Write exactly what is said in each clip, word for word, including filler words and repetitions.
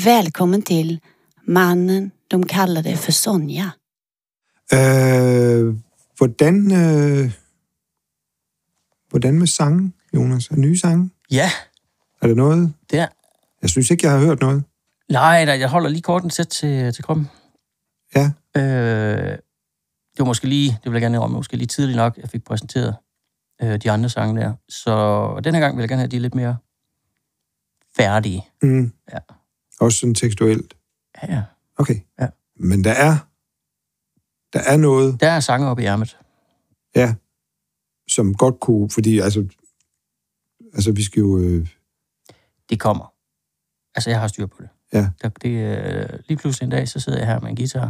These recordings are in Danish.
Välkommen till mannen de kallade för Sonja. Øh, hvordan, øh, hvordan med sange, Jonas? Er nye sange? Ja. Er det noget? Det er. Jeg synes ikke, jeg har hørt noget. Nej, nej, jeg holder lige korten sæt til, til kroppen. Ja. Øh, det var måske lige, det vil jeg gerne indrømme, måske lige tidligt nok, jeg fik præsenteret øh, de andre sange der. Så den her gang vil jeg gerne have de lidt mere færdige. Mm. Ja. Også sådan tekstuelt? Ja, ja. Okay. Ja. Men der er, der er noget... Der er sange oppe i ærmet. Ja, som godt kunne, fordi altså, altså vi skal jo... Øh... Det kommer. Altså, jeg har styr på det. Ja. Der, det øh, lige pludselig en dag, så sidder jeg her med en guitar.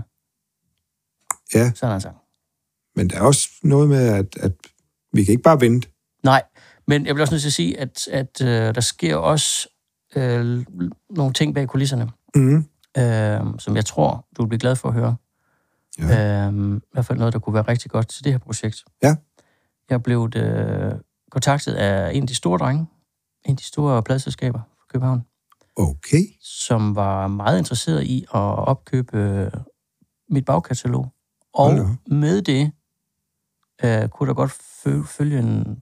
Ja. Så er der en sang. Men der er også noget med, at, at vi kan ikke bare vente. Nej, men jeg vil også nødt til at sige, at, at øh, der sker også øh, nogle ting bag kulisserne, Mm. øh, som jeg tror, du vil blive glad for at høre. Ja. Øh, I hvert fald noget, der kunne være rigtig godt til det her projekt. Ja. Jeg blev øh, kontaktet af en af de store drenge, en af de store pladselskaber fra København, Okay. som var meget interesseret i at opkøbe øh, mit bagkatalog. Og Hold da. med det øh, kunne der godt fø- følge en,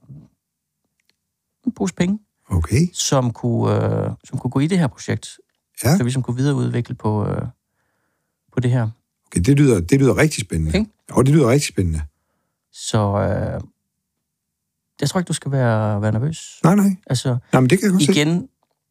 en pose penge, Okay. som kunne, øh, som kunne gå i det her projekt. Ja. Så vi som kunne videreudvikle på, øh, på det her. Okay, det lyder, det lyder rigtig spændende. Ikke? Og det lyder rigtig spændende. Så øh, jeg tror ikke, du skal være, være nervøs. Nej, nej. Altså, Nej, men det kan jeg godt se. igen,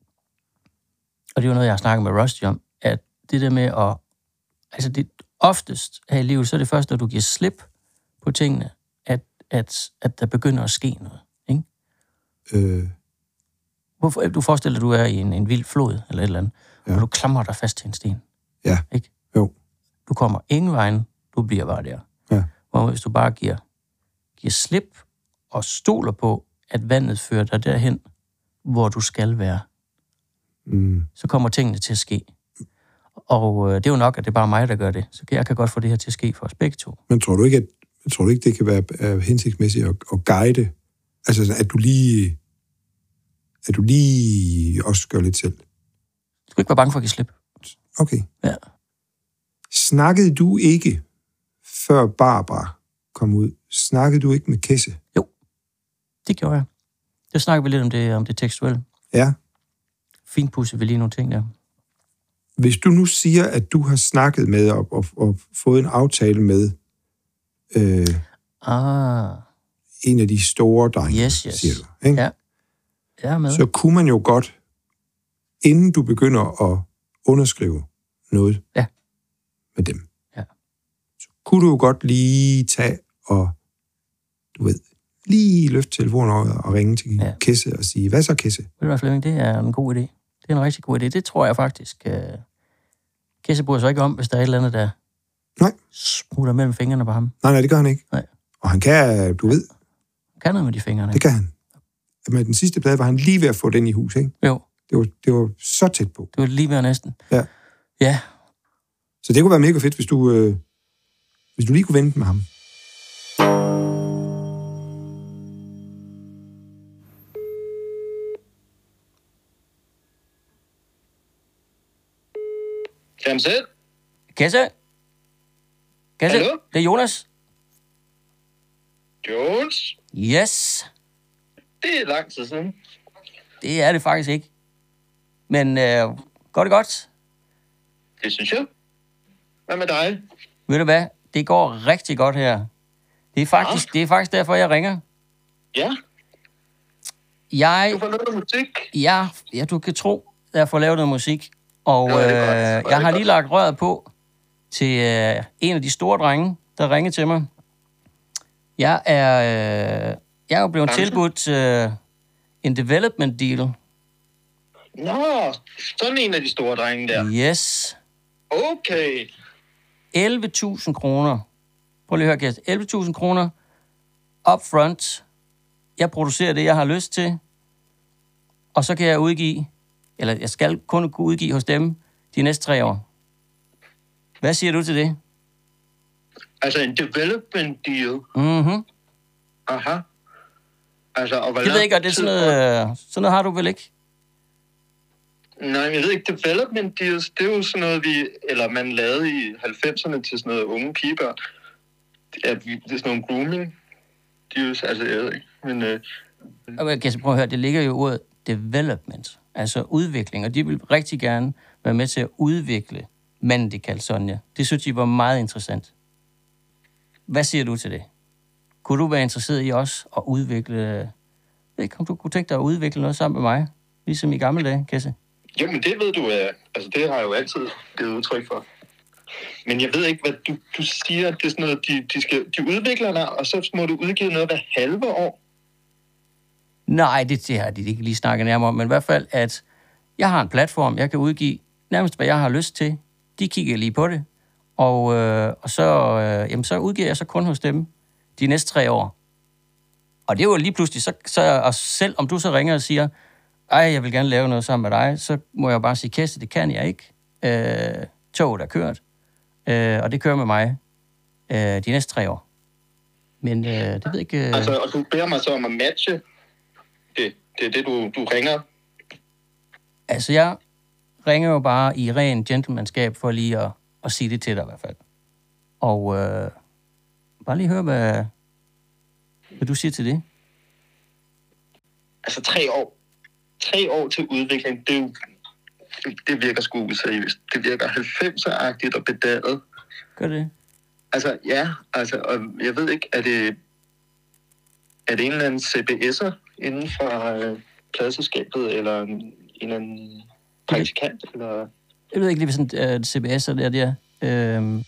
og det er jo noget, jeg har snakket med Rusty om, at det der med at, altså det oftest her i livet, så er det først, når du giver slip på tingene, at, at, at der begynder at ske noget, ikke? Øh, Hvorfor, du forestiller dig, at du er i en, en vild flod, eller et eller andet, Ja. og du klamrer dig fast til en sten. Ja. Ikke? Jo. Du kommer ingen vejen, du bliver bare der. Ja. Hvor hvis du bare giver, giver slip og stoler på, at vandet fører dig derhen, hvor du skal være, mm, så kommer tingene til at ske. Og øh, det er jo nok, at det er bare mig, der gør det. Så jeg kan godt få det her til at ske for os begge to. men tror du ikke, at tror du ikke, det kan være uh, hensigtsmæssigt at, at guide? Altså, at du lige at du lige også gør lidt selv? Du skal ikke være bange for at give slip. Okay. Ja. Snakkede du ikke, før Barbara kom ud, snakkede du ikke med Kesse? Det gjorde jeg. Der snakker vi lidt om det, om det tekstuelle. Ja. Finpudser vi lige nogle ting der. Hvis du nu siger, at du har snakket med og, og, og fået en aftale med øh, Ah, en af de store drenge, Yes, yes. siger du, ikke? Ja. jeg er med. Så kunne man jo godt, inden du begynder at underskrive noget Ja. med dem, Ja. så kunne du jo godt lige tage og, du ved, lige løfte telefonen og ringe til Ja. Kesse og sige, hvad så Kesse? Ved du hvad, Flemming, det er en god idé. Det er en rigtig god idé. Det tror jeg faktisk. Øh... Kesse bryder sig ikke om, hvis der er et eller andet, der Nej. smutter mellem fingrene på ham. Nej, nej, det gør han ikke. Nej. Og han kan, du ved, Han kan noget med de fingre. det kan han. Med den sidste plade var han lige ved at få den i hus, ikke? Jo, Det var, det var så tæt på. det var lige ved næsten. Ja. Ja, Så det kunne være mega fedt, hvis du, øh, hvis du lige kunne vente med ham. Klemse? Kesse? Kesse? Hallo? Det er Jonas. Jones? Yes. Det er lang tid siden. Det er det faktisk ikke. Men øh, går det godt? Det synes jeg. Hvad med dig? Ved du hvad? Det går rigtig godt her. Det er faktisk, Ja. det er faktisk derfor, jeg ringer. Ja, Jeg, du får noget musik. ja, ja, du kan tro, at jeg får lavet noget musik. Og Nå, øh, det er godt. Nå, det jeg er har lige godt. lagt røret på til øh, en af de store drenge, der ringede til mig. Jeg er, øh, jeg er jo blevet Danse? tilbudt øh, en development deal. Nå, sådan en af de store drenge der. Yes. Okay. elleve tusind kroner. Prøv lige at høre, Kjæst. elleve tusind kroner upfront. Jeg producerer det, jeg har lyst til. Og så kan jeg udgive, eller jeg skal kun kunne udgive hos dem de næste tre år. Hvad siger du til det? Altså en development deal. Mhm. Aha. Altså, og hvor Jeg ved lang ikke, og det er tid sådan noget, øh, sådan noget har du vel ikke? Nej, jeg ved ikke, development deals, det er jo sådan noget, vi, eller man lavede i halvfemserne til sådan noget unge pigebørn. Det er, det er sådan nogle grooming deals, altså jeg ved ikke, men... Øh, Jeg kan så prøve at høre, det ligger jo i ordet development, altså udvikling, og de vil rigtig gerne være med til at udvikle manden, de kaldte Sonja. Det synes de var meget interessant. Hvad siger du til det? Kunne du være interesseret i også at udvikle... Jeg ved ikke, om du kunne tænke dig at udvikle noget sammen med mig, ligesom i gamle dage, Kesse? Jo, men det ved du, altså det har jeg jo altid givet udtryk for. Men jeg ved ikke, hvad du, du siger, det er sådan noget, de, de, skal, de udvikler dig, og så må du udgive noget hver halve år. Nej, det, det har de ikke lige snakket nærmere om, men i hvert fald, at jeg har en platform, jeg kan udgive nærmest, hvad jeg har lyst til. De kigger lige på det, og, øh, og så, øh, jamen, så udgiver jeg så kun hos dem de næste tre år. Og det er jo lige pludselig, så, så og selv om du så ringer og siger, ej, jeg vil gerne lave noget sammen med dig, så må jeg bare sige, Kæste, det kan jeg ikke. Øh, toget er kørt, øh, og det kører med mig øh, de næste tre år. Men øh, det ved ikke... Øh... Altså, og du beder mig så om at matche det. Det er det, du, du ringer. Altså, jeg ringer jo bare i ren gentlemanskab for lige at, at sige det til dig i hvert fald. Og øh, bare lige høre, hvad, hvad du siger til det. Altså, tre år. Tre år til udvikling, det, er jo, det virker sgu useriøst. Det virker halvfemser-agtigt og bedaget. Gør det? Altså, ja. Altså, og jeg ved ikke, er det, er det en eller anden C B S'er inden for øh, pladselskabet, eller en, en eller anden praktikant, eller... Jeg ved ikke lige, hvad sådan uh, C B S'er der, der. Øhm.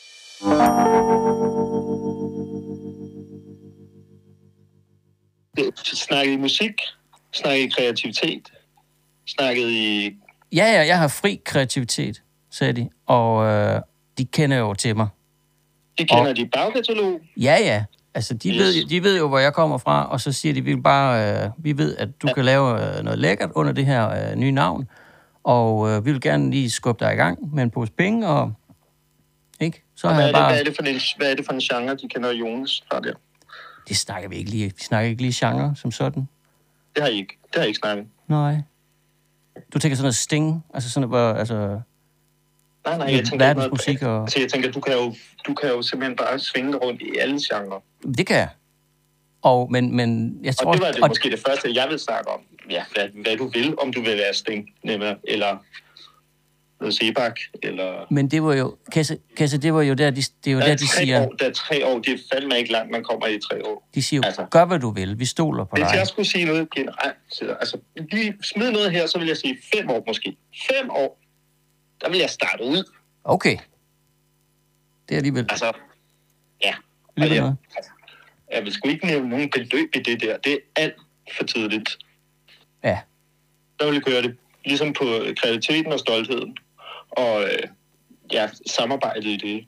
Snakkede i musik, snakkede i kreativitet, snakkede i... Ja, ja, jeg har fri kreativitet, sagde de. Og øh, de kender jo til mig. De kender og... de bagkatalog. Ja, ja. Altså, de, yes. ved, de ved jo, hvor jeg kommer fra, og så siger de, vi vil bare, øh, vi ved, at du ja. kan lave øh, noget lækkert under det her øh, nye navn, og øh, vi vil gerne lige skubbe dig i gang med en pose penge, og ikke? Så og har hvad, jeg er bare... det, hvad, er det for en, hvad er det for en genre, de kender Jonas fra der? Det snakker vi ikke lige. Vi snakker ikke lige genre som sådan. Det har I ikke. Det har I ikke snakket. Nej. Du tænker sådan noget Sting, altså sådan noget, altså... Nej, nej, jeg tænker verdensmusik og... Altså, jeg tænker, du kan, jo, du kan jo simpelthen bare svinge rundt i alle genrer. Det kan jeg. Og, men, men jeg tror... Og det var det og... måske det første, jeg vil snakke om. Ja, hvad, hvad du vil, om du vil være Sting, nemlig, eller noget Sebak, eller... Men det var jo... Kasse, Kasse det var jo der, de, det er jo der, der de siger... År, der er tre år, det er fandme ikke langt, man kommer i tre år. De siger jo, altså, gør hvad du vil, vi stoler på dig. Hvis jeg skulle sige noget generelt, altså lige smid noget her, så vil jeg sige fem år måske. Fem år, der vil jeg starte ud. Okay. Det er alligevel... Altså, ja. Jeg, jeg, jeg vil sgu ikke nævne nogen beløb i det der. Det er alt for tidligt. Ja. Der vil jeg køre det. Ligesom på kreativiteten og stoltheden. Og øh, ja, samarbejdet i det.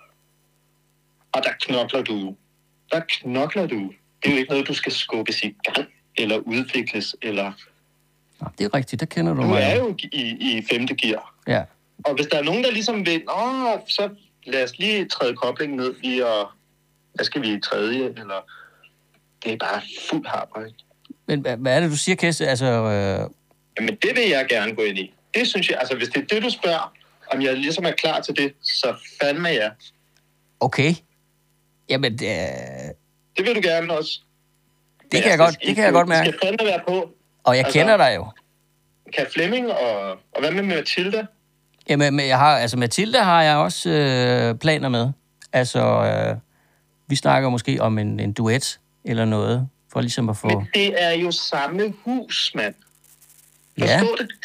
Og der knokler du jo. Der knokler du. Det er jo ikke noget, du skal skubbes i gang, eller udvikles, eller... Ja, det er rigtigt, der kender du, du mig. Du er jo i, i femte gear. Ja. Og hvis der er nogen, der ligesom vil, åh, så lad os lige træde koblingen ned i, og hvad skal vi i tredje, eller... Det er bare fuld arbejde. Men hvad er det, du siger, Kæsse? Altså... Øh... Jamen, det vil jeg gerne gå ind i. Det synes jeg, altså hvis det er det, du spørger, om jeg ligesom er klar til det, så fandme ja. Okay. Jamen, det... Det vil du gerne også. Det kan, jeg, jeg godt, det kan jeg godt mærke. Det skal fandme være på. Og jeg altså, kender dig jo. Kan Flemming, og, og hvad med Mathilda? Jamen, jeg har, altså Mathilda har jeg også øh, planer med. Altså, øh, vi snakker måske om en, en duet eller noget, for ligesom at få... Men det er jo samme hus, mand. Forstå ja. det?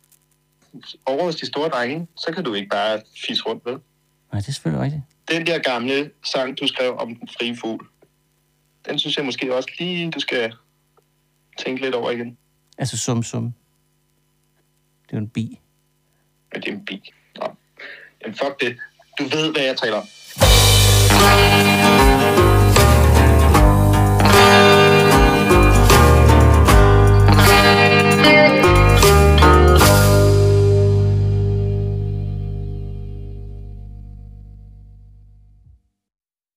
Over hos de store drenge, så kan du ikke bare fisse rundt, vel? Nej, det er selvfølgelig rigtigt. Den der gamle sang, du skrev om den frie fugl, den synes jeg måske også lige, du skal tænke lidt over igen. Altså sum sum. Det er jo en bi. Ja, det er en bi. Nå. Jamen fuck det. Du ved, hvad jeg taler om.